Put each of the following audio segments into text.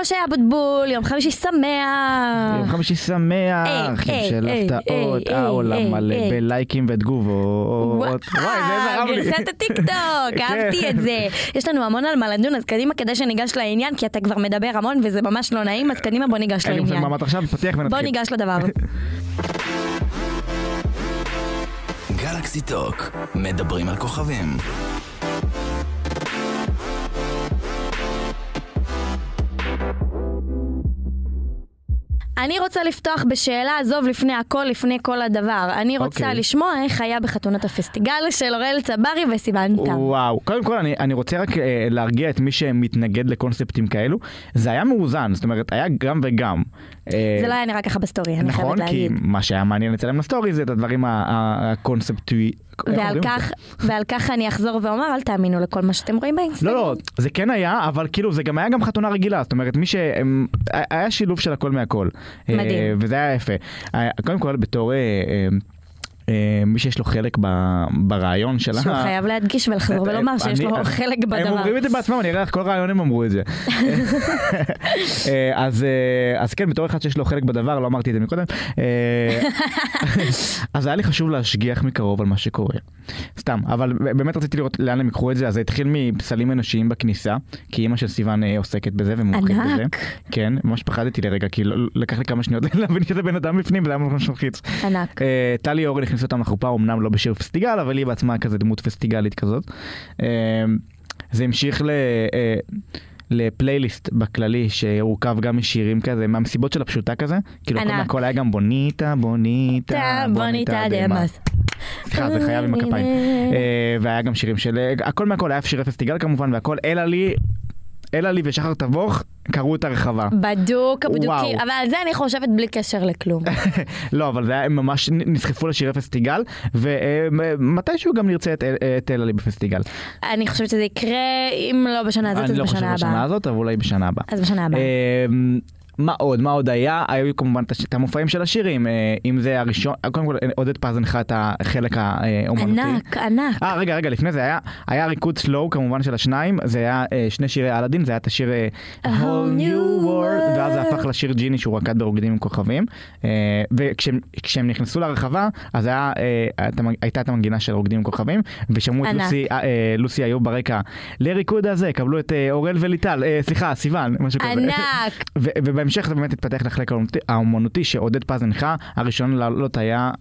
משה אבוטבול, יום חמישי שמח. יום חמישי שמח, של הפתעות, העולם מלא בלייקים ותגובות. גרסת הטיקטוק, אהבתי את זה. יש לנו המון על מה לדון, אז קדימה כדי שניגש לעניין, כי אתה כבר מדבר המון וזה ממש לא נעים, אז קדימה בוא ניגש לעניין. בוא ניגש לדבר. גלקסי טוק, מדברים על כוכבים. אני רוצה לפתוח בשאלה, עזוב לפני הכל, לפני כל הדבר. אני רוצה לשמוע איך היה בחתונת הפסטיגל של אוראל צברי וסיוון תם. וואו, קודם כל אני רוצה רק להרגיע את מי שמתנגד לקונספטים כאלו. זה היה מאוזן, זאת אומרת, היה גם וגם. זה לא היה נראה ככה בסטורי, אני חייבת להגיד. נכון, כי מה שהיה מעניין לצלם לסטורי זה את הדברים הקונספטווי. ועל כך אני אחזור ואומר, אל תאמינו לכל מה שאתם רואים באינסטגרם. לא, זה כן היה, אבל כאילו זה גם היה גם חתונה רגילה, זאת אומרת, היה שילוב של הכל מהכל. מדהים. וזה היה יפה. קודם כל, בתור מי שיש לו חלק ברעיון שלה... שהוא חייב להדגיש ולחזור ולומר שיש לו חלק בדבר. הם אומרים את זה בעצמם, אני אראה איך כל רעיון הם אמרו את זה. אז כן, בתור אחד שיש לו חלק בדבר, לא אמרתי את זה מקודם, אז היה לי חשוב להשגיח מקרוב על מה שקורה. סתם, אבל באמת רציתי לראות לאן הם יקחו את זה, אז זה התחיל מפסלים אנושיים בכניסה, כי אמא של סיוון עוסקת בזה ומומחית בזה. כן, ממש פחדתי לרגע, כי לקח לי כמה שניות להבין שזה בן אדם בפנים, וזה היה ממש מלחיץ. ענק. טלי אורן הכניסו אותם לחופה, אמנם לא בשיר פסטיגל, אבל היא בעצמה כזה דמות פסטיגלית כזאת. זה המשיך לפלייליסט בכללי, שהורכב גם משירים כזה, מהמסיבות של הפשוטה כזה, כאילו הכל היה גם בוניטה דמאס. סליחה, זה חייב עם הכפיים. והיה גם שירים של, הכל מהכל היה שירי פסטיגל כמובן, והכל אלה לי ושחר תבוך, קראו את הרחבה. בדוק, אבל על זה אני חושבת בלי קשר לכלום. לא, אבל זה היה, הם ממש נסחפו לשירי פסטיגל, ומתישהו גם נרצה את אלה לי בפסטיגל. אני חושבת שזה יקרה, אם לא בשנה הזאת, אז בשנה הבאה. אני לא חושב בשנה הזאת, אבל אולי בשנה הבאה. אז בשנה הבאה. מה עוד היה? היו כמובן את המופעים של השירים, אם זה הראשון, קודם כל עודד פז הנחה את החלק האומנותי. ענק. רגע, לפני זה היה ריקוד סלואו כמובן של השניים, זה היה שני שירי אלאדין, זה היה את השיר A Whole New World, ואז זה הפך לשיר ג'יני שהוא רקד ברוקדים עם כוכבים, וכשהם נכנסו לרחבה, אז הייתה את המנגינה של רוקדים עם כוכבים, ושמעו את לוסי איוב ברקע, לריקוד הזה, קבלו את אוראל וליטל, סליחה, סיוון, משהו כזה. ענק. ובהמשך זה באמת התפתח לחלק האומנותי שעודד פז הנחה, הראשון לעלות היה,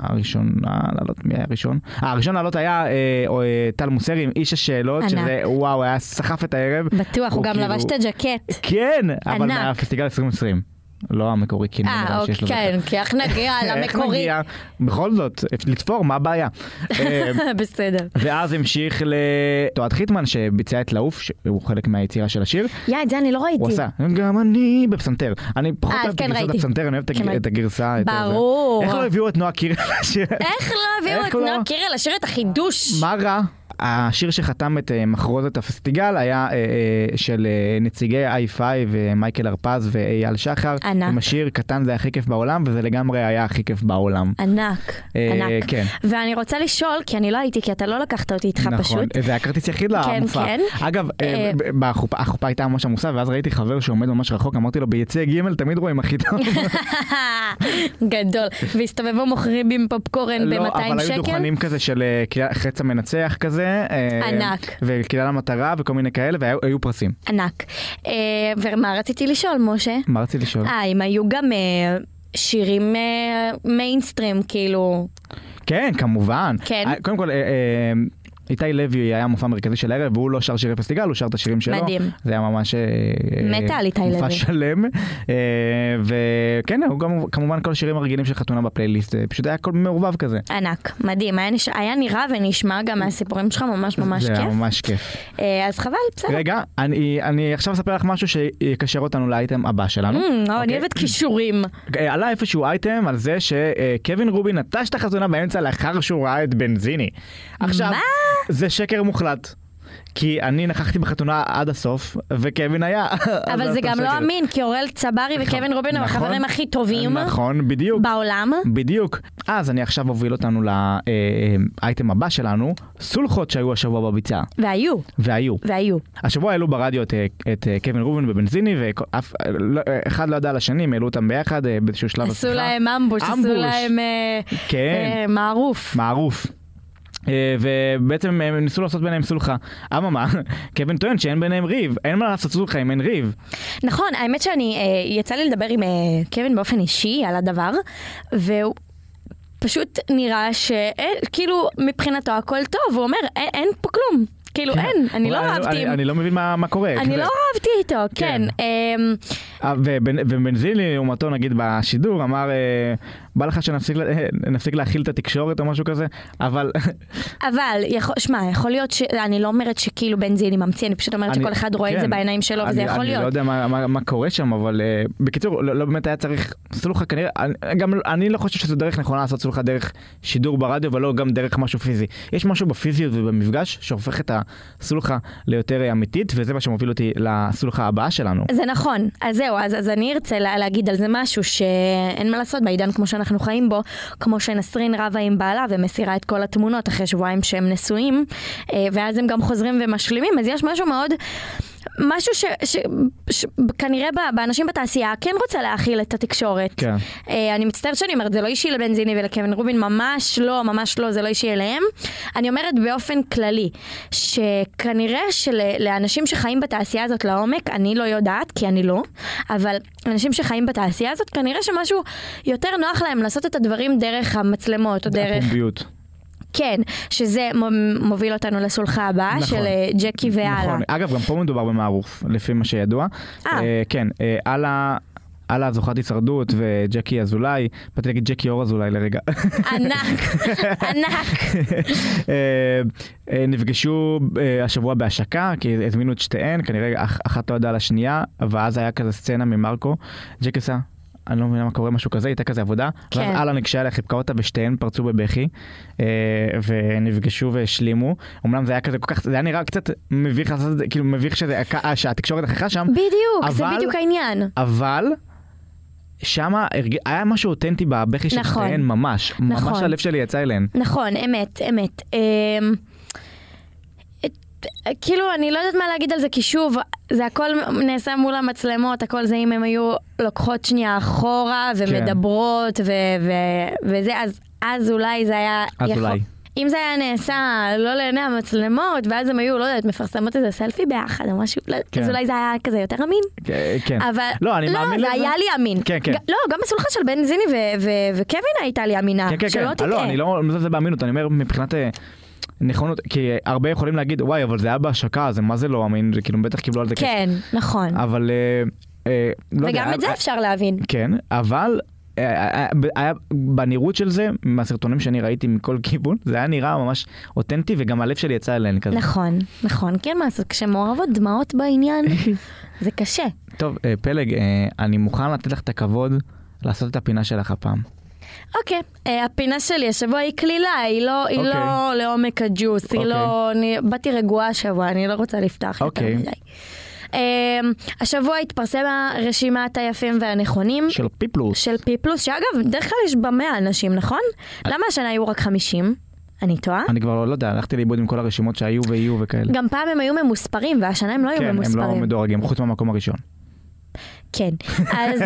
הראשון לעלות היה טל מוסרי עם איש השאלות, שזה וואו, היה סחף את הערב. בטוח, הוא גם לבש את הג'קט. כן, אבל מהפסטיגל 2020. לא המקורי, כן, כי איך נגיע למקורי. בכל זאת, לתפור, מה הבעיה? בסדר. ואז המשיך לתועד חיטמן שביצע את לעוף, שהוא חלק מהיצירה של השיר. את זה אני לא ראיתי. הוא עשה, גם אני בפסנתר. אני פחות אוהב את גרסת הפסנתר, אני אוהב את הגרסה. ברור. איך לא הביאו את נועה קירל לשיר? איך לא הביאו את נועה קירל לשיר את החידוש? מה רע? השיר שחתם את מחרוזת הפסטיגל היה של נציגי i5 ומייקל הרפז ואייל שחר. ענק. עם השיר קטן זה הכי כיף בעולם, וזה לגמרי היה הכי כיף בעולם. ענק. כן. ואני רוצה לשאול, כי אני לא הייתי, כי אתה לא לקחת אותי איתך פשוט. נכון, זה היה כרטיס יחיד למופע. כן. אגב, החופה הייתה ממש עמוסה, ואז ראיתי חבר שעומד ממש רחוק, אמרתי לו, ביציע ג' תמיד רואים הכי טוב. גדול. והסתובבו מוכרים עם פופקורן ב-200 שקל? לא, אבל היו דוכנים כזה של חץ המנצח כזה. ענק. וכלילה למטרה וכל מיני כאלה, והיו פרסים. ענק. ומה רציתי לשאול, משה? מה רציתי לשאול? אם היו גם שירים מיינסטרים, כאילו... כן, כמובן. כן. קודם כל... איתי לוי היה מופע מרכזי של הערב, והוא לא שר שירי פסטיגל, הוא שר את השירים שלו. מדהים. זה היה ממש מתה על איתי לוי. מופע שלם. וכן, הוא גם כמובן כל השירים הרגילים של חתונה בפלייליסט, פשוט היה הכל מעורבב כזה. ענק, מדהים. היה נראה ונשמע גם מהסיפורים שלך ממש ממש כיף. זה היה ממש כיף. אז חבל, בסדר. רגע, אני עכשיו אספר לך משהו שיקשר אותנו לאייטם הבא שלנו. אני אוהבת קישורים. עלה איפשהו אייטם על זה שקווין רובין נטש את החתונה באמצע לאחר שהוא ראה את בנזיני. עכשיו, זה שקר מוחלט. כי אני נכחתי בחתונה עד הסוף, וקווין היה. אבל זה גם לא אמין, כי אורל צברי וקווין רובין הם החברים הכי טובים. נכון, בדיוק. בעולם. בדיוק. אז אני עכשיו אוביל אותנו לאייטם הבא שלנו, סולחות שהיו השבוע בביצה. והיו. השבוע העלו ברדיו את קווין רובין ובנזיני, ואחד לא ידע על השני, העלו אותם ביחד באיזשהו שלב השיחה. עשו להם אמבוש, עשו להם מערוף. ובעצם הם ניסו לעשות ביניהם סולחה. אממה, קווין טוען שאין ביניהם ריב. אין מה לעשות סולחה אם אין ריב. נכון, האמת שאני יצא לי לדבר עם קווין באופן אישי על הדבר, והוא פשוט נראה שכאילו מבחינתו הכל טוב. הוא אומר, אין פה כלום. כאילו אין, אני לא אהבתי. אני לא מבין מה קורה. אני לא אהבתי איתו, כן. ובנזיני, לעומתו נגיד בשידור, אמר, בא לך שנפסיק להכיל את התקשורת או משהו כזה, אבל... יכול להיות אני לא אומרת שכאילו בנזיני ממציא, אני פשוט אומרת שכל אחד רואה את זה בעיניים שלו, וזה יכול להיות. אני לא יודע מה קורה שם, אבל בקיצור, לא באמת היה צריך סולחה כנראה, גם אני לא חושב שזו דרך נכונה לעשות סולחה דרך שידור ברדיו, ולא גם דרך משהו פיזי. יש משהו בפיזיות ובמפגש שהופך את הסולחה ליותר אמיתית, וזה מה שמוביל אותי לסולחה הבאה שלנו. זה נכון. אז זהו, אז אני ארצה להגיד על זה משהו שאין מה לעשות בעידן כמו שאנחנו חיים בו, כמו שנסרין רבה עם בעלה ומסירה את כל התמונות אחרי שבועיים שהם נשואים, ואז הם גם חוזרים ומשלימים, אז יש משהו שכנראה באנשים בתעשייה כן רוצה להכיל את התקשורת. כן. אני מצטערת שאני אומרת, זה לא אישי לבנזיני ולקווין רובין, ממש לא, זה לא אישי אליהם. אני אומרת באופן כללי, שכנראה שלאנשים שחיים בתעשייה הזאת לעומק, אני לא יודעת, כי אני לא, אבל אנשים שחיים בתעשייה הזאת, כנראה שמשהו יותר נוח להם לעשות את הדברים דרך המצלמות, או דרך... הפומביות. כן, שזה מוביל אותנו לסולחה הבאה, נכון, של ג'קי ואלה. נכון, אגב, גם פה מדובר במערוף, לפי מה שידוע. כן, אלה זוכת הישרדות וג'קי אזולאי, באתי להגיד ג'קי אור אזולאי לרגע. ענק. נפגשו השבוע בהשקה, כי הזמינו את שתיהן, כנראה אחת לא ידעה לשנייה, ואז היה כזה סצנה ממרקו, ג'קי עשה, אני לא מבינה מה קורה, משהו כזה, הייתה כזה עבודה, ואז אלה נקשה עליה, חיבקה אותה ושתיהן פרצו בבכי, ונפגשו והשלימו. אמנם זה היה כזה כל כך, זה היה נראה קצת מביך, כאילו מביך שהתקשורת אחריך שם. בדיוק, זה בדיוק העניין. אבל שם היה משהו אותנטי בבכי של שתיהן, ממש הלב שלי יצא אליהן. נכון, אמת. כאילו, אני לא יודעת מה להגיד על זה, כי שוב, זה הכל נעשה מול המצלמות, הכל זה אם הם היו לוקחות שנייה אחורה ומדברות וזה, אז אולי זה היה... אם זה היה נעשה לא לעיני המצלמות, ואז הם היו, לא יודעת, מפרסמות איזה סלפי ביחד או משהו, אז אולי זה היה כזה יותר אמין. כן. אבל לא, זה היה לי אמין. כן. לא, גם בסולחה של בנזיני וקווין הייתה לי אמינה. שלא תטעה. לא, אני לא מזלזל באמינות, אני אומר מבחינת... נכונות, כי הרבה יכולים להגיד, וואי, אבל זה היה בהשקה, זה מה זה לא אמין, זה כאילו בטח קיבלו על זה כסף. כן, נכון. אבל, וגם את זה אפשר להבין. כן, אבל היה בנראות של זה, מהסרטונים שאני ראיתי מכל כיוון, זה היה נראה ממש אותנטי, וגם הלב שלי יצא אליהן כזה. נכון, כן, מה לעשות, כשמעורבות דמעות בעניין, זה קשה. טוב, פלג, אני מוכן לתת לך את הכבוד לעשות את הפינה שלך הפעם. אוקיי, הפינה שלי השבוע היא כלילה, היא לא לעומק הג'וס, היא לא, באתי רגועה השבוע, אני לא רוצה לפתח יותר מדי. השבוע התפרסם רשימת היפים והנכונים. של פיפלוס. שאגב, דרך כלל יש ב100 אנשים, נכון? למה השנה היו רק 50? אני טועה? אני כבר לא יודע, הלכתי לאיבוד עם כל הרשימות שהיו ויהיו וכאלה. גם פעם הם היו ממוספרים, והשנה הם לא היו ממוספרים. כן, הם לא מדורגים, חוץ מהמקום הראשון. כן, אז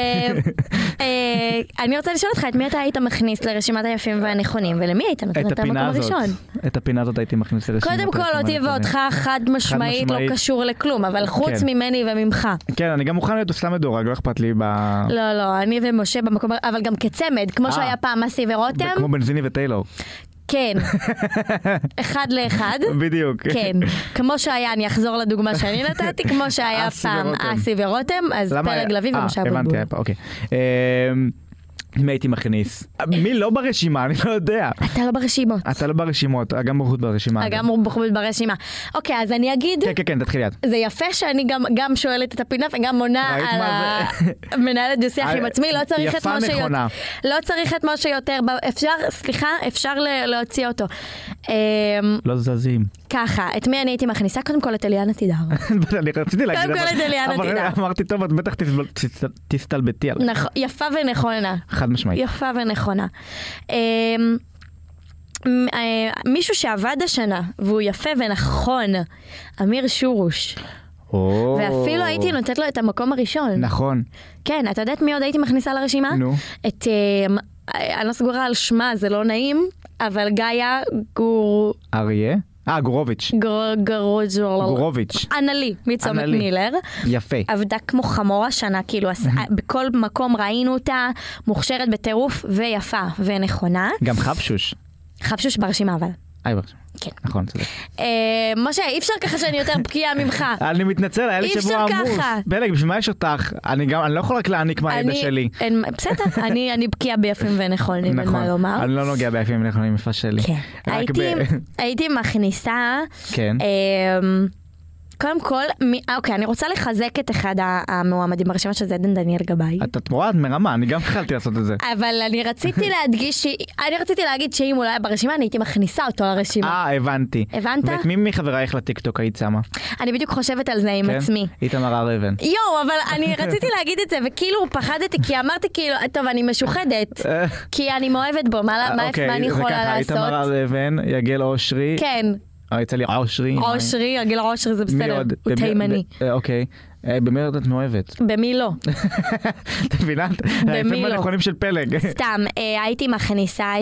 אני רוצה לשאול אותך, את מי אתה היית מכניס לרשימת היפים והנכונים, ולמי היית נותן את המקום הראשון? את הפינה הזאת הייתי מכניס לרשימת היפים והנכונים. קודם כל, אותי ואותך חד משמעית לא קשור לכלום, אבל חוץ ממני וממך. כן, אני גם מוכן להיות סתם מדורג, לא אכפת לי לא, אני ומשה במקום, אבל גם כצמד, כמו שהיה פעם מסי ורותם. כמו בנזיני וטיילור. כן, אחד לאחד. בדיוק. כן, כמו שהיה, אני אחזור לדוגמה שאני נתתי, כמו שהיה פעם אסי ורותם, אז פלג לוי ומשה בולבול. הבנתי, אוקיי. מי הייתי מכניס? מי לא ברשימה? אני לא יודע. אתה לא ברשימות. גם בחוט ברשימה. אוקיי, אז אני אגיד... כן, תתחיל יד. זה יפה שאני גם שואלת את הפינה וגם מונה על מנהלת דו-שיח עם עצמי. לא צריך את מה שיותר. אפשר להוציא אותו. לא זזים. ככה, את מי אני הייתי מכניסה? קודם כל את אליאנה תידר. אני רציתי להגיד, קודם כל את אליאנה תידר. אמרתי טוב, את בטח תסתלבטי עליי. יפה ונכונה. חד משמעית. יפה ונכונה. מישהו שעבד השנה, והוא יפה ונכון, אמיר שורוש. ואפילו הייתי נותנת לו את המקום הראשון. נכון. כן, אתה יודעת מי עוד הייתי מכניסה לרשימה? נו. את, אני לא סגורה על שמה, זה לא נעים, אבל גאיה אריה? גורוביץ'. גורוביץ'. אנלי, מצומת מילר. יפה. עבדה כמו חמור השנה, כאילו, בכל מקום ראינו אותה, מוכשרת בטירוף ויפה ונכונה. גם חבשוש. חבשוש ברשימה אבל. ברשימה. כן. נכון, צודק. משה, אי אפשר ככה שאני יותר בקיאה ממך. אני מתנצל, היה לי שבוע עמוס. אי אפשר ככה. פלג, בשביל מה יש אותך? אני לא יכול רק להעניק מהידע שלי. בסדר, אני בקיאה ביפים ונכונים, אין מה לומר. אני לא נוגע ביפים ונכונים, יפה שלי. כן. הייתי מכניסה... כן. קודם כל, אוקיי, אני רוצה לחזק את אחד המועמדים ברשימה שזה עדן דניאל גבאי. אתה תמורה, את מרמה, אני גם חלתי לעשות את זה. אבל אני רציתי להגיד שאם הוא לא היה ברשימה, אני הייתי מכניסה אותו לרשימה. הבנתי. הבנת? ואת מי מחברייך לטיקטוק היית שמה? אני בדיוק חושבת על זה עם עצמי. איתמר הר אבן. אבל אני רציתי להגיד את זה, וכאילו פחדתי, כי אמרתי כאילו, טוב, אני משוחדת, כי אני מאוהבת בו, מה אני יכולה לעשות? איתמר הר אבן, יגל אושרי. כן. יצא לי אושרי. יגל אושרי זה בסדר, הוא תימני. אוקיי. במי את מאוהבת? במי לא. אתה מבינה? היפים הנכונים של פלג. סתם, הייתי מכניסה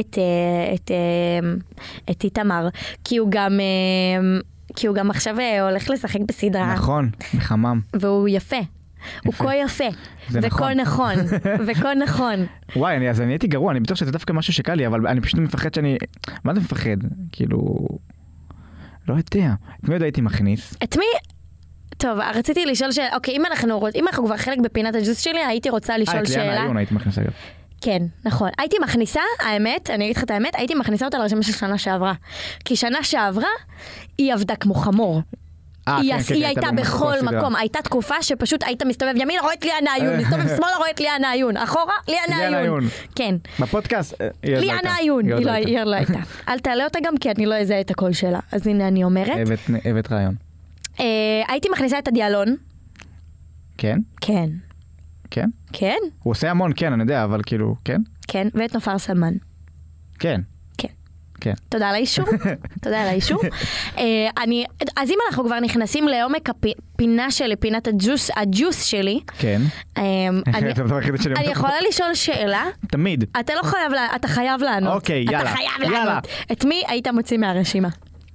את איתמר, כי הוא גם עכשיו הולך לשחק בסדרה. נכון, מחמם. והוא יפה. הוא כה יפה. וכה נכון. וכה נכון. וואי, אז אני הייתי גרוע, אני בטוח שזה דווקא משהו שקל לי, אבל אני פשוט מפחד שאני... מה זה מפחד? כאילו... לא יודע. את מי עוד הייתי מכניס? את מי? טוב, רציתי לשאול שאלה. אוקיי, אם אנחנו כבר חלק בפינת הג'וס שלי, הייתי רוצה לשאול שאלה. את ליאנה עיון הייתי מכניסה גם. כן, נכון. הייתי מכניסה, האמת, אני אגיד לך את האמת, הייתי מכניסה אותה לרשימה של שנה שעברה. כי שנה שעברה, היא עבדה כמו חמור. היא הייתה בכל מקום. הייתה תקופה שפשוט היית מסתובב ימין, רואה את ליאנה עיון, מסתובב שמאלה, רואה את ליאנה עיון, אחורה, ליאנה עיון. כן. בפודקאסט, ליאנה עיון, היא לא הייתה. אל תעלה אותה גם, כי אני לא אזהה את הקול שלה. אז הנה אני אומרת. אהבת רעיון. הייתי מכניסה את הדיאלון. כן? כן. כן? כן. הוא עושה המון, כן, אני יודע, אבל כאילו, כן? כן, ואת נופר סלמן. כן. כן. תודה על האישור. תודה על האישור. אז אם אנחנו כבר נכנסים לעומק הפינה שלי, פינת הג'וס שלי. כן. אני יכולה לשאול שאלה? תמיד. אתה חייב לענות. אוקיי, יאללה. אתה חייב לענות. את מי היית מוציא מהרשימה?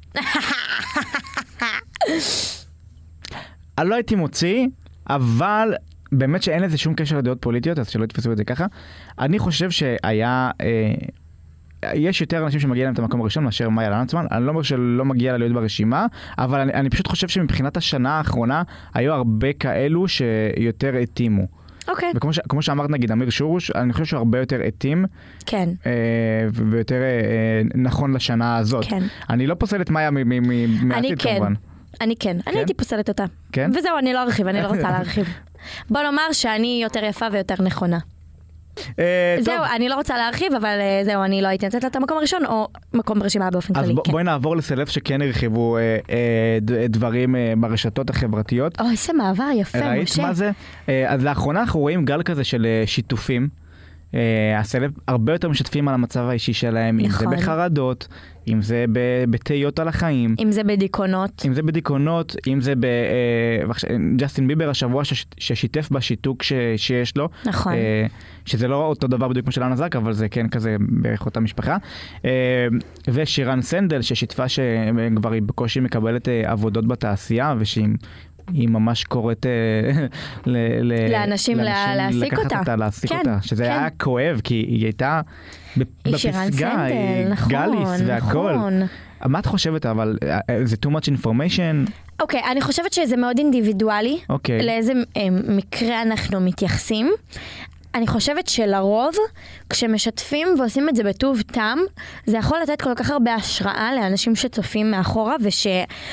אני לא הייתי מוציא, אבל באמת שאין לזה שום קשר לדעות פוליטיות, אז שלא יתפסו את זה ככה. אני חושב שהיה... יש יותר אנשים שמגיע להם את המקום הראשון מאשר מאיה לנצמן. אני לא אומר שלא מגיע לה להיות ברשימה, אבל אני פשוט חושב שמבחינת השנה האחרונה היו הרבה כאלו שיותר התאימו. אוקיי. וכמו שאמרת נגיד, אמיר שורוש, אני חושב שהוא הרבה יותר התאים. כן. ויותר נכון לשנה הזאת. כן. אני לא פוסל את מאיה מהעתיד כמובן. אני כן. אני הייתי פוסלת אותה. כן? וזהו, אני לא ארחיב, אני לא רוצה להרחיב. בוא נאמר שאני יותר יפה ויותר נכונה. זהו, אני לא רוצה להרחיב, אבל זהו, אני לא הייתי נתת את המקום הראשון, או מקום ברשימה באופן כללי. אז בואי נעבור לסלב שכן הרחיבו דברים ברשתות החברתיות. איזה מעבר יפה, משה. ראית מה זה? אז לאחרונה אנחנו רואים גל כזה של שיתופים. הסלב הרבה יותר משתפים על המצב האישי שלהם, אם זה בחרדות, אם זה בתהיות על החיים. אם זה בדיכאונות. אם זה ג'סטין ביבר השבוע ששיתף בשיתוק שיש לו. נכון. שזה לא אותו דבר בדיוק כמו של אנה זק, אבל זה כן כזה בערך אותה משפחה. ושירן סנדל ששיתפה שכבר היא בקושי מקבלת עבודות בתעשייה, היא ממש קוראת לאנשים להעסיק אותה. להעסיק אותה, שזה היה כואב, כי היא הייתה בפסגה, גליס והכל. מה את חושבת, אבל זה too much information? אוקיי, אני חושבת שזה מאוד אינדיבידואלי, לאיזה מקרה אנחנו מתייחסים. אני חושבת שלרוב, כשמשתפים ועושים את זה בטוב טעם, זה יכול לתת כל כך הרבה השראה לאנשים שצופים מאחורה,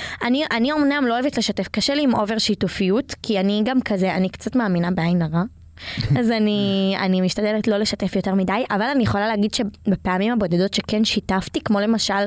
אני אומנם לא אוהבת לשתף, קשה לי עם אובר שיתופיות, כי אני גם כזה, אני קצת מאמינה בעין הרע. אז אני משתדלת לא לשתף יותר מדי, אבל אני יכולה להגיד שבפעמים הבודדות שכן שיתפתי, כמו למשל,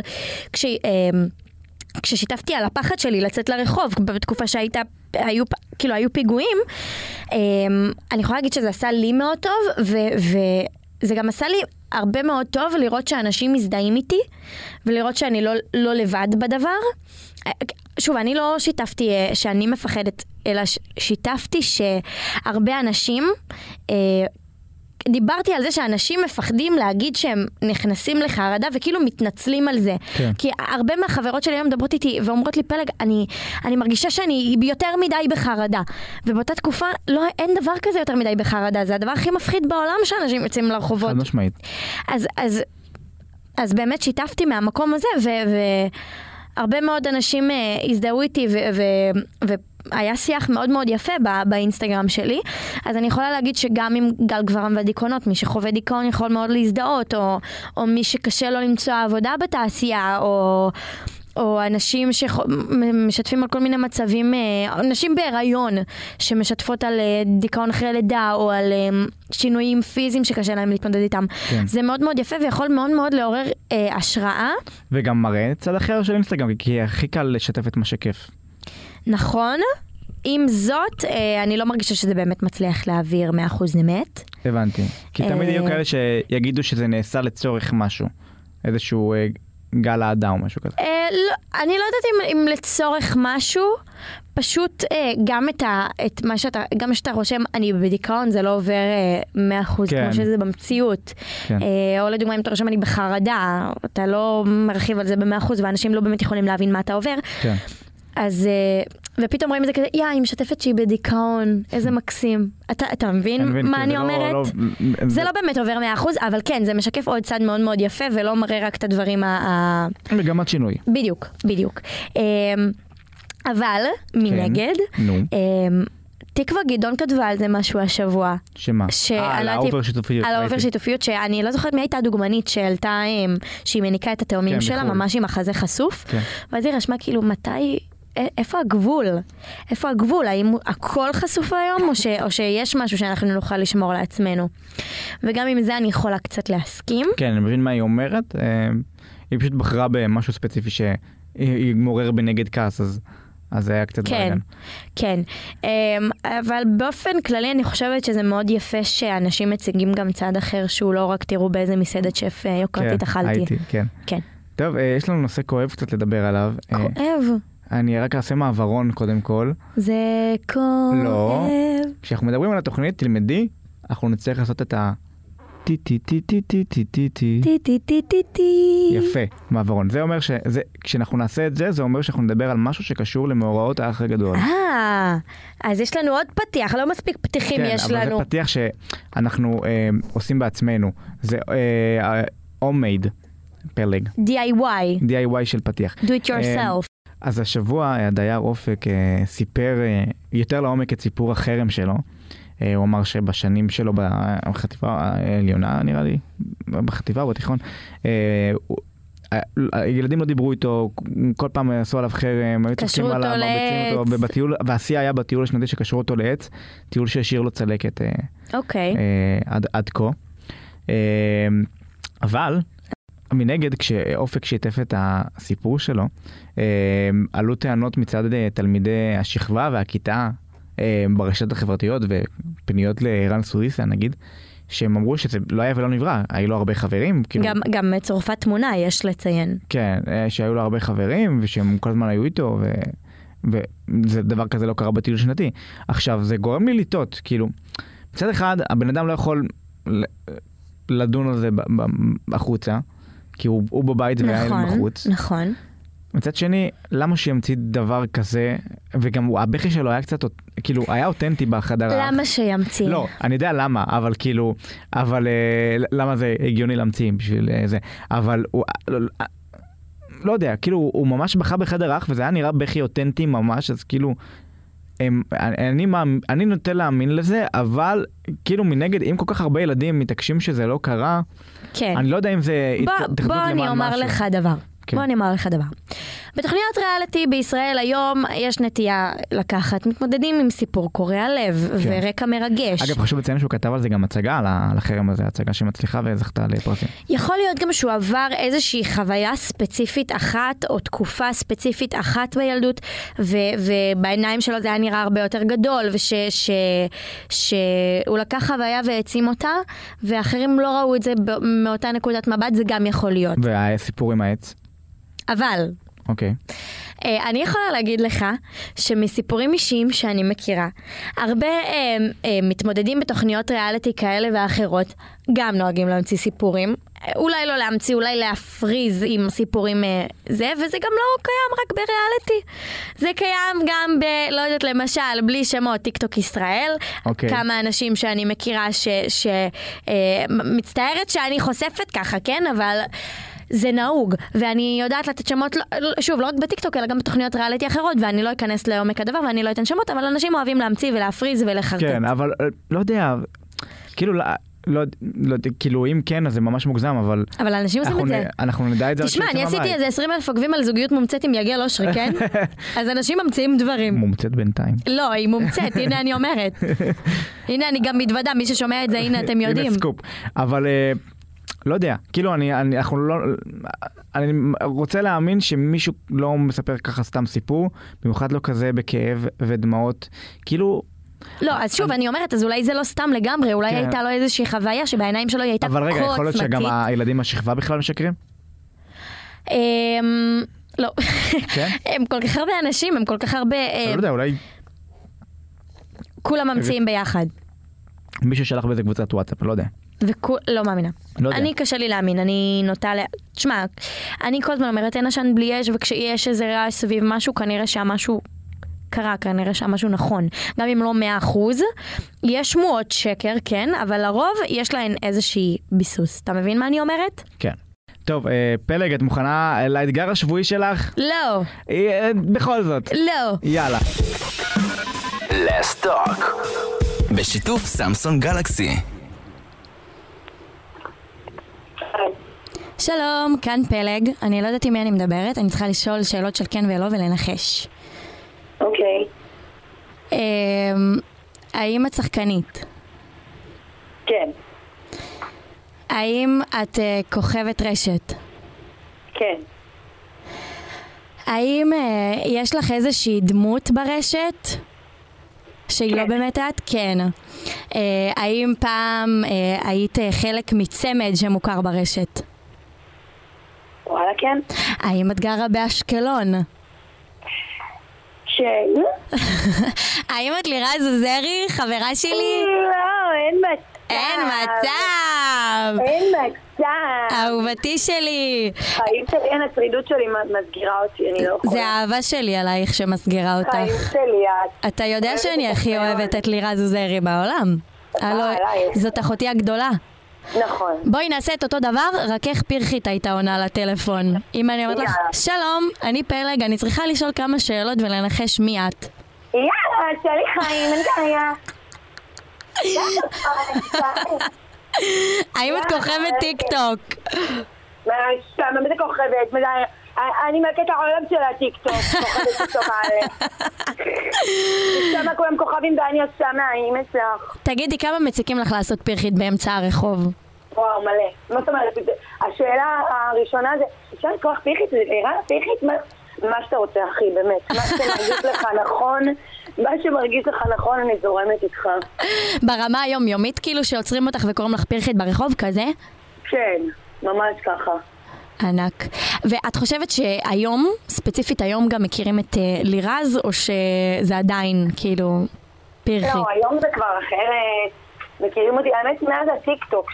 כששיתפתי על הפחד שלי לצאת לרחוב, בתקופה היו פיגועים, אני יכולה להגיד שזה עשה לי מאוד טוב, וזה גם עשה לי הרבה מאוד טוב לראות שאנשים מזדהים איתי, ולראות שאני לא לבד בדבר. שוב, אני לא שיתפתי שאני מפחדת, אלא שיתפתי שהרבה אנשים, דיברתי על זה שאנשים מפחדים להגיד שהם נכנסים לחרדה וכאילו מתנצלים על זה. כן. כי הרבה מהחברות שלי היום מדברות איתי ואומרות לי, פלג, אני מרגישה שאני יותר מדי בחרדה. ובאותה תקופה אין דבר כזה יותר מדי בחרדה. זה הדבר הכי מפחיד בעולם שאנשים יוצאים לרחובות. חד משמעית. אז באמת שיתפתי מהמקום הזה והרבה מאוד אנשים הזדהו איתי והיה שיח מאוד מאוד יפה באינסטגרם שלי, אז אני יכולה להגיד שגם עם גל גברם והדיכאונות, מי שחווה דיכאון יכול מאוד להזדהות, או מי שקשה לו למצוא עבודה בתעשייה, או אנשים שמשתפים על כל מיני מצבים, אנשים בהיריון שמשתפות על דיכאון אחרי לידה, או על שינויים פיזיים שקשה להם להתמודד איתם. כן. זה מאוד מאוד יפה ויכול מאוד מאוד לעורר השראה. וגם מראה צד אחר של אינסטגרם, כי הכי קל לשתף את מה שכיף. נכון, עם זאת, אני לא מרגישה שזה באמת מצליח להעביר 100% אמת. הבנתי. כי תמיד יהיו כאלה שיגידו שזה נעשה לצורך משהו. איזשהו גל העדה או משהו כזה. לא, אני לא יודעת אם לצורך משהו, פשוט גם גם שאתה רושם, אני בדיכאון, זה לא עובר 100% כן. כמו שזה במציאות. כן. או לדוגמה, אם אתה רושם, אני בחרדה, אתה לא מרחיב על זה ב100%, ואנשים לא באמת יכולים להבין מה אתה עובר. כן. אז, ופתאום רואים את זה כזה, היא משתפת שהיא בדיכאון, איזה מקסים. אתה מבין מה אני אומרת? זה לא באמת עובר 100%, אבל כן, זה משקף עוד צד מאוד מאוד יפה, ולא מראה רק את הדברים מגמת שינוי. בדיוק. אבל, מנגד, תקווה גדעון כתבה על זה משהו השבוע. שמה? על האובר שיתופיות. על האובר שיתופיות, שאני לא זוכרת מי הייתה הדוגמנית שהעלתה, שהיא מניקה את התאומים שלה, ממש עם החזה חשוף, ואז היא רשמה כאילו, מתי... איפה הגבול? איפה הגבול? האם הכל חשוף היום, או שיש משהו שאנחנו נוכל לשמור לעצמנו? וגם עם זה אני יכולה קצת להסכים. כן, אני מבין מה היא אומרת. היא פשוט בחרה במשהו ספציפי שהיא מעורר בנגד כעס, אז זה היה קצת ברגן. כן. אבל באופן כללי אני חושבת שזה מאוד יפה שאנשים מציגים גם צד אחר, שהוא לא רק תראו באיזה מסעדת שף יוקרתית אכלתי. כן. טוב, יש לנו נושא כואב קצת לדבר עליו. כואב? אני רק אעשה מעברון קודם כל. זה כואב. לא. כשאנחנו מדברים על התוכנית, תלמדי, אנחנו נצטרך לעשות את ה... יפה, מעברון. זה אומר כשאנחנו נעשה את זה, זה אומר שאנחנו נדבר על משהו שקשור למאורעות האח הגדול. אז יש לנו עוד פתיח, לא מספיק פתיחים יש לנו. כן, אבל זה פתיח שאנחנו עושים בעצמנו. זה homemade פלג. DIY של פתיח. Do it yourself. אז השבוע הדייר אופק סיפר יותר לעומק את סיפור החרם שלו. הוא אמר שבשנים שלו בחטיבה העליונה, נראה לי, בחטיבה או בתיכון, הילדים לא דיברו איתו, כל פעם עשו עליו חרם, קשרו אותו לעץ. והשיא היה בטיול השנתי שקשרו אותו לעץ, טיול שהשאיר לו צלקת עד כה. אבל מנגד, כשאופק שיתף את הסיפור שלו, עלו טענות מצד תלמידי השכבה והכיתה ברשתות החברתיות ופניות לערן סוויסה, נגיד, שהם אמרו שזה לא היה ולא נברא, היו לו הרבה חברים. גם צורפת תמונה, יש לציין. כן, שהיו לו הרבה חברים ושהם כל הזמן היו איתו, וזה דבר כזה לא קרה בטיול שנתי. עכשיו, זה גורם לי לטעות, כאילו, מצד אחד, הבן אדם לא יכול לדון על זה החוצה, כי הוא בבית והיה בחוץ. נכון. מצד שני, למה שימציא דבר כזה, וגם הבכי שלו היה קצת, כאילו, היה אותנטי בחדר. למה שימציא? לא, אני יודע למה, אבל כאילו, למה זה הגיוני להמציא בשביל זה, אבל הוא, לא יודע, כאילו, הוא ממש בכה בחדר אח, וזה היה נראה בכי אותנטי ממש, אז כאילו, אני נוטה להאמין לזה, אבל כאילו מנגד, אם כל כך הרבה ילדים מתעקשים שזה לא קרה, כן. אני לא יודע אם זה... בוא אני אומר לך דבר. בוא אני אומר לך דבר. בתוכניות ריאליטי בישראל היום יש נטייה לקחת מתמודדים עם סיפור קורע לב ורקע מרגש. אגב, חשוב לציין שהוא כתב על זה גם הצגה, על החרם הזה, הצגה שמצליחה וזכתה לפרסים. יכול להיות גם שהוא עבר איזושהי חוויה ספציפית אחת, או תקופה ספציפית אחת בילדות, ובעיניים שלו זה היה נראה הרבה יותר גדול, שהוא לקח חוויה והעצים אותה, ואחרים לא ראו את זה מאותה נקודת מבט, זה גם יכול להיות. והיה סיפור עם העץ? אבל... אוקיי. אני יכולה להגיד לך שמסיפורים אישיים שאני מכירה, הרבה מתמודדים בתוכניות ריאליטי כאלה ואחרות, גם נוהגים להמציא סיפורים, אולי לא להמציא, אולי להפריז עם סיפורים זה, וזה גם לא קיים רק בריאליטי. זה קיים גם לא יודעת, למשל, בלי שמות, טיקטוק ישראל, כמה אנשים שאני מכירה מצטערת שאני חושפת ככה, כן? אבל... זה נהוג, ואני יודעת לתת שמות, שוב, לא רק בטיקטוק, אלא גם בתוכניות ריאליטי אחרות, ואני לא אכנס לעומק הדבר, ואני לא אתן שמות, אבל אנשים אוהבים להמציא ולהפריז ולחרטט. כן, אבל לא יודע, כאילו, אם כן, אז זה ממש מוגזם, אבל... אבל אנשים עושים את זה. אנחנו נדע את זה. תשמע, אני עשיתי איזה 20,000 עוקבים על זוגיות מומצאת עם יגל אושרי, כן? אז אנשים ממציאים דברים. מומצאת בינתיים. לא, היא מומצאת, הנה אני אומרת. הנה אני גם מתוודה, מי ששומע את זה, הנה אתם יודעים. הנה סקופ. אבל... לא יודע, כאילו אני רוצה להאמין שמישהו לא מספר ככה סתם סיפור, במיוחד לא כזה בכאב ודמעות, כאילו... לא, אז שוב, אני אומרת, אז אולי זה לא סתם לגמרי, אולי הייתה לו איזושהי חוויה שבעיניים שלו היא הייתה כה עוצמתית. אבל רגע, יכול להיות שגם הילדים מהשכבה בכלל משקרים? לא. הם כל כך הרבה אנשים, הם כל כך הרבה... לא יודע, אולי... כולם ממציאים ביחד. מישהו שלח באיזה קבוצת וואטסאפ, לא יודע. לא מאמינה. אני קשה לי להאמין, אני נוטה תשמע, אני כל הזמן אומרת, אין עשן בלי אש, וכשיש איזה רעש סביב משהו, כנראה שהמשהו קרה, כנראה שהמשהו נכון. גם אם לא 100%, יש שמועות שקר, כן, אבל לרוב יש להן איזושהי ביסוס. אתה מבין מה אני אומרת? כן. טוב, פלג, את מוכנה לאתגר השבועי שלך? לא. בכל זאת. לא. יאללה. Let's talk. בשיתוף סמסונג גלקסי. שלום, כאן פלג. אני לא יודעת עם מי אני מדברת. אני צריכה לשאול שאלות של כן ולא ולנחש. אוקיי. האם את שחקנית? כן. האם את כוכבת רשת? כן. האם יש לך איזושהי דמות ברשת? שהיא לא באמת את? כן. האם פעם היית חלק מצמד שמוכר ברשת? וואלה, כן. האם את גרה באשקלון? האם את לירז עוזרי, חברה שלי? לא, אין מצב. אין מצב. אין מצב. אהובתי שלי. חיים שלי, אין, הצרידות שלי מסגירה אותי, אני לא יכולה. זה האהבה שלי עלייך שמסגירה אותך. חיים שלי, אתה יודע שאני הכי אוהבת את לירז עוזרי בעולם. זאת אחותי הגדולה. נכון. בואי נעשה את אותו דבר, רק איך פרחית הייתה עונה לטלפון. אם אני אומרת לך, שלום, אני פלג, אני צריכה לשאול כמה שאלות ולנחש מי את. יאללה, שלי חיים, אין בעיה. האם את כוכבת טיק טוק? מה זה כוכבת? אני מלכת העולם של הטיק טוק, כוכבת טיק טוק האלה. שמה כולם כוכבים ואני השמה, אני אצלך. תגידי, כמה מציקים לך לעשות פרחית באמצע הרחוב? וואו, מלא. מה זאת אומרת? השאלה הראשונה זה, אפשר לקרוח פרחית? זה נראה פרחית? מה שאתה רוצה, אחי, באמת. מה שמרגיש לך נכון, מה שמרגיש לך נכון, אני זורמת איתך. ברמה היומיומית, כאילו שעוצרים אותך וקוראים לך פרחית ברחוב כזה? כן, ממש ככה. ענק. ואת חושבת שהיום, ספציפית היום, גם מכירים את לירז, או שזה עדיין, כאילו, פרחית? לא, היום זה כבר אחרת. מכירים אותי, האמת, מאז הטיקטוק,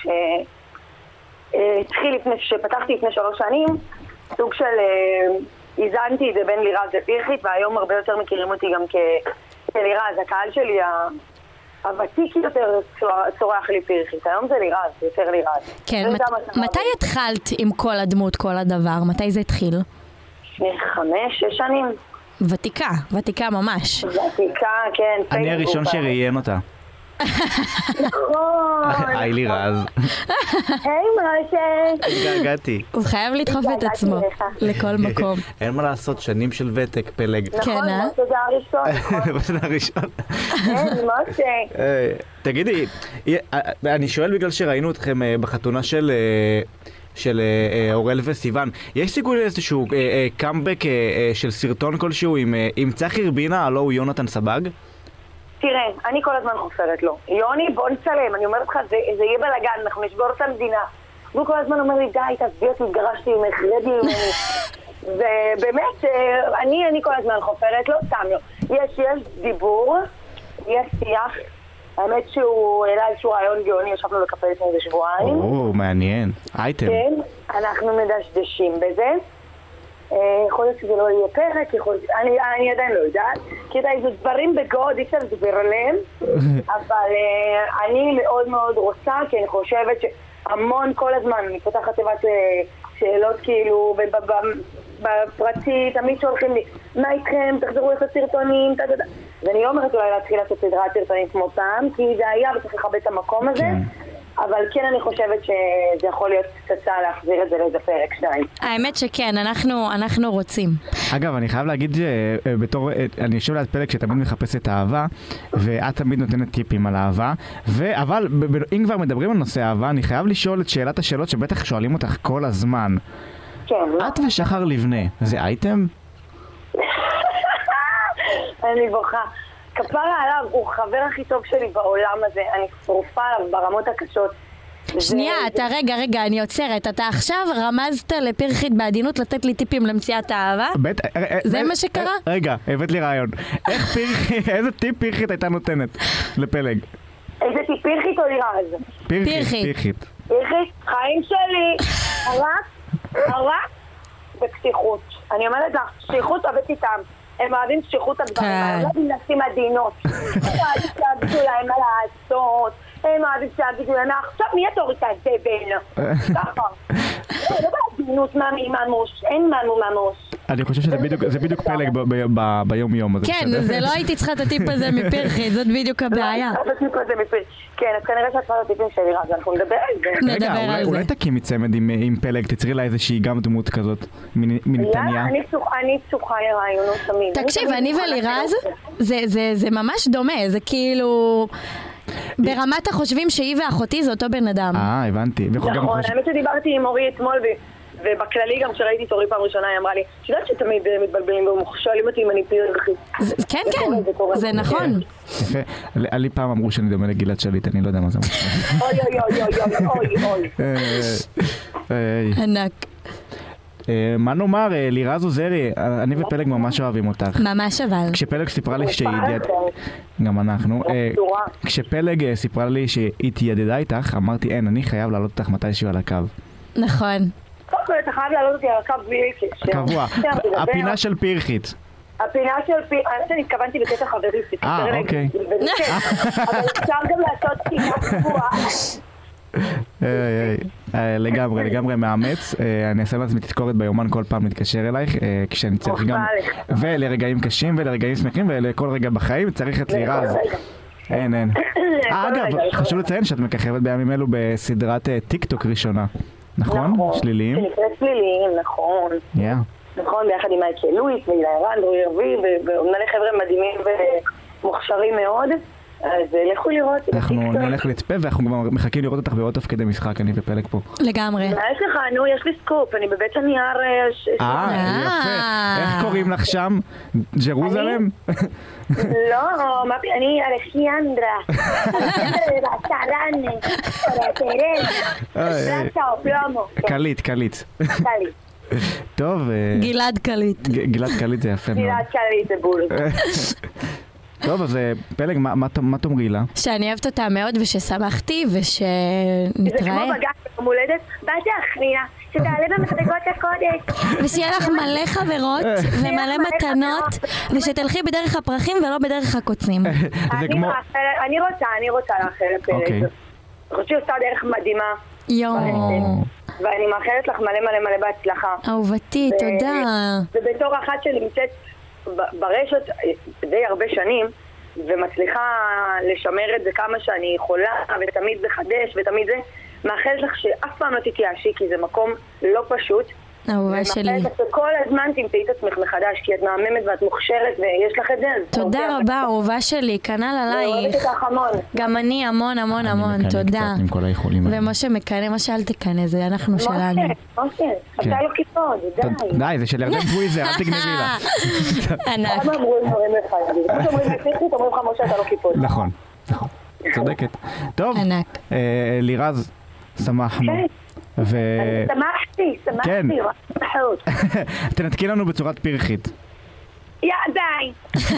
שפתחתי לפני 3 שנים, סוג של... איזנתי את זה בין לירז לפרחית, והיום הרבה יותר מכירים אותי גם כלירז. הקהל שלי הוותיק יותר צורח לי פרחית. היום זה לירז, יותר לירז. כן, מתי התחלת עם כל הדמות, כל הדבר? מתי זה התחיל? לפני 5-6 שנים. ותיקה ממש. ותיקה, כן. אני הראשון שראיין אותה. נכון. היי לירז. היי משה. הגעתי. הוא חייב לדחוף את עצמו לכל מקום. אין מה לעשות, שנים של ותק, פלג. נכון, זה הראשון. זה הראשון. כן, משה. תגידי, אני שואל בגלל שראינו אתכם בחתונה של אורל וסיוון. יש סיכוי לאיזשהו קאמבק של סרטון כלשהו עם צחי רבינה, הלא הוא יונתן סבג? תראה, אני כל הזמן חופרת לו. יוני, בוא נצלם. אני אומרת לך, זה יהיה בלגן, אנחנו נשבור את המדינה. והוא כל הזמן אומר לי, די, תעזבי אותי, התגרשתי ממך, רדי ממני. ובאמת, אני כל הזמן חופרת לו, סתם לו. יש דיבור, יש שיח. האמת שהוא העלה איזשהו רעיון גאוני, ישבנו לקפה לפני איזה שבועיים. מעניין. אייטם. כן, אנחנו מדשדשים בזה. יכול להיות שזה לא יהיה פרק, אני עדיין לא יודעת. כי זה דברים בגוד, אי אפשר לדבר עליהם. אבל אני מאוד מאוד רוצה, כי אני חושבת שהמון כל הזמן, אני פותחת תיבת שאלות כאילו, בפרטי, תמיד שולחים לי, מה איתכם, תחזרו לעשות סרטונים, ואני לא אומרת אולי להתחיל לעשות סדרת סרטונים כמו פעם, כי זה היה וצריך לכבד את המקום הזה, אבל כן אני חושבת שזה יכול להיות פצצה להחזיר את זה לאיזה פרק 2. האמת שכן, אנחנו רוצים. אגב, אני חייב להגיד שבתור, אני יושב ליד פלג שתמיד מחפש את האהבה, ואת תמיד נותנת טיפים על אהבה, אבל אם כבר מדברים על נושא אהבה, אני חייב לשאול את שאלת השאלות שבטח שואלים אותך כל הזמן. כן. את ושחר לבנה, זה אייטם? אני בוכה. כפרה עליו, הוא חבר הכי טוב שלי בעולם הזה, אני שרופה עליו ברמות הקשות. שנייה, אתה רגע, אני עוצרת. אתה עכשיו רמזת לפרחית בעדינות לתת לי טיפים למציאת האהבה? זה מה שקרה? רגע, הבאת לי רעיון. איזה טיפ פרחית הייתה נותנת לפלג? איזה טיפ פרחית או לירז? פרחית. פרחית, חיים שלי. הרק בפתיחות. אני אומרת לך, פתיחות עובדת איתם. הם אוהבים שכיחות הדברים, הם לא אוהבים נשים עדינות. הם אוהבים שיגידו להם מה לעשות, הם אוהבים שיגידו להם, עכשיו מי יתור את הזבל? ככה. לא בעדינות ממוש, אין ממוש. אני חושב שזה בדיוק פלג ביום יום. כן, זה לא הייתי צריכה את הטיפ הזה מפרחית, זאת בדיוק הבעיה. כן, אז כנראה שאת צריכה את הטיפים שלי, אז אנחנו נדבר על זה. רגע, אולי תקימי צמד עם פלג, תצרי לה איזושהי גם דמות כזאת מנתניה. אני פתוחה לרעיונות תמיד. תקשיב, אני ולירז, זה ממש דומה, זה כאילו... ברמת החושבים שהיא ואחותי זה אותו בן אדם. הבנתי. נכון, האמת שדיברתי עם אורי אתמול ובכללי גם כשראיתי את אורי פעם ראשונה היא אמרה לי, שיודעת שתמיד מתבלבלים ושואלים אותי אם אני פרחית. כן, זה נכון. יפה, לי פעם אמרו שאני דומה לגלעד שליט, אני לא יודע מה זה. אוי. ענק. מה נאמר, לירז עוזרי, אני ופלג ממש אוהבים אותך. ממש אבל. כשפלג סיפרה לי גם אנחנו. כשפלג סיפרה לי שהיא התיידדה איתך, אמרתי, אני חייב לעלות אותך מתישהו על הקו. נכון. קודם כל אתה חייב לעלות אותי על הקו בלי קבוע. הפינה של פרחית. הפינה של פרחית, אני התכוונתי בקטע חבריסטי. אוקיי. אבל אפשר גם לעשות פינה קבועה. לגמרי מאמץ. אני אעשה לעצמי תזכורת ביומן כל פעם להתקשר אלייך כשאני צריך גם, ולרגעים קשים ולרגעים שמחים ולכל רגע בחיים צריך את לירז. אין. אגב, חשוב לציין שאת מככבת בימים אלו בסדרת טיק טוק ראשונה, נכון? שליליים? שנקראת שליליים, נכון. נכון, ביחד עם מייקל לואיס ואילי רן, רועי רביב ומלא חבר'ה מדהימים ומוכשרים מאוד. אז לכו לראות. אנחנו נלך לצפה ואנחנו גם מחכים לראות אותך בעוד תפקידי משחק, אני ופלג פה. לגמרי. מה יש לך? נו, יש לי סקופ, אני בבית הנייר... יפה. איך קוראים לך שם? ג'רוזלם? לא, אני אלכסנדרה. קליט. טוב. גלעד קליט. גלעד קליט זה יפה מאוד. גלעד קליט זה בול. טוב, אז פלג, מה תאמרי לה? שאני אוהבת אותה מאוד וששמחתי ושנתראה. זה כמו בגן במולדת, באתי אחריה, שתעלה במדרגות הקודש. ושיהיה לך מלא חברות ומלא מתנות, ושתלכי בדרך הפרחים ולא בדרך הקוצים. אני רוצה לאחל לפלג. אני חושבת שהיא עושה דרך מדהימה. ואני מאחלת לך מלא בהצלחה. אהובתי, תודה. ובתור אחת שנמצאת ברשת די הרבה שנים, ומצליחה לשמר את זה כמה שאני יכולה, ותמיד לחדש, ותמיד זה, מאחלת לך שאף פעם לא תתייאשי, כי זה מקום לא פשוט. אהובה שלי. ומאחלת לך שכל הזמן תמצאי את עצמך מחדש, כי את מהממת ואת מוכשרת ויש לך את זה. תודה רבה, אהובה שלי, כנ"ל עלייך. אני אוהבת אותך המון. גם אני המון המון המון, תודה. ומשה מקנה, מה שאל תקנה, זה אנחנו שלנו. משה, אתה לא כיפוד, די. די, זה של ירדן בויזר, אל תגנבי לה. ענק. כמה אמרו דברים לך, כמו שאומרים לפריחית, אומרים לך משה, אתה לא כיפוד. נכון, צודקת. טוב, לירז, שמחנו. שמחתי, רק תנתקי לנו בצורת פרחית. יא, די.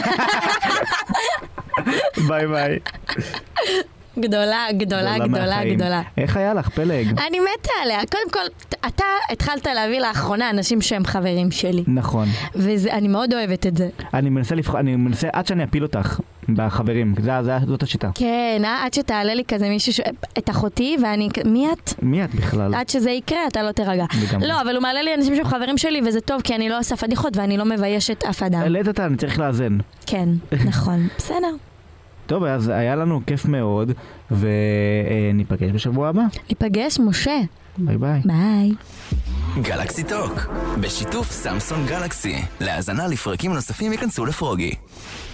ביי ביי. גדולה. איך היה לך, פלג? אני מתה עליה. קודם כל, אתה התחלת להביא לאחרונה אנשים שהם חברים שלי. נכון. ואני מאוד אוהבת את זה. אני מנסה עד שאני אפיל אותך בחברים. זאת השיטה. כן, עד שתעלה לי כזה מישהו, את אחותי, ואני, מי את? מי את בכלל? עד שזה יקרה, אתה לא תרגע. לא, אבל הוא מעלה לי אנשים שהם חברים שלי, וזה טוב, כי אני לא עושה פדיחות, ואני לא מביישת אף אדם. לעת אני צריך לאזן. כן, נכון. בסדר. טוב, אז היה לנו כיף מאוד, וניפגש בשבוע הבא. ניפגש, משה. ביי ביי. ביי. גלקסי טוק, בשיתוף סמסונג גלקסי. להאזנה לפרקים נוספים ייכנסו לפרוגי.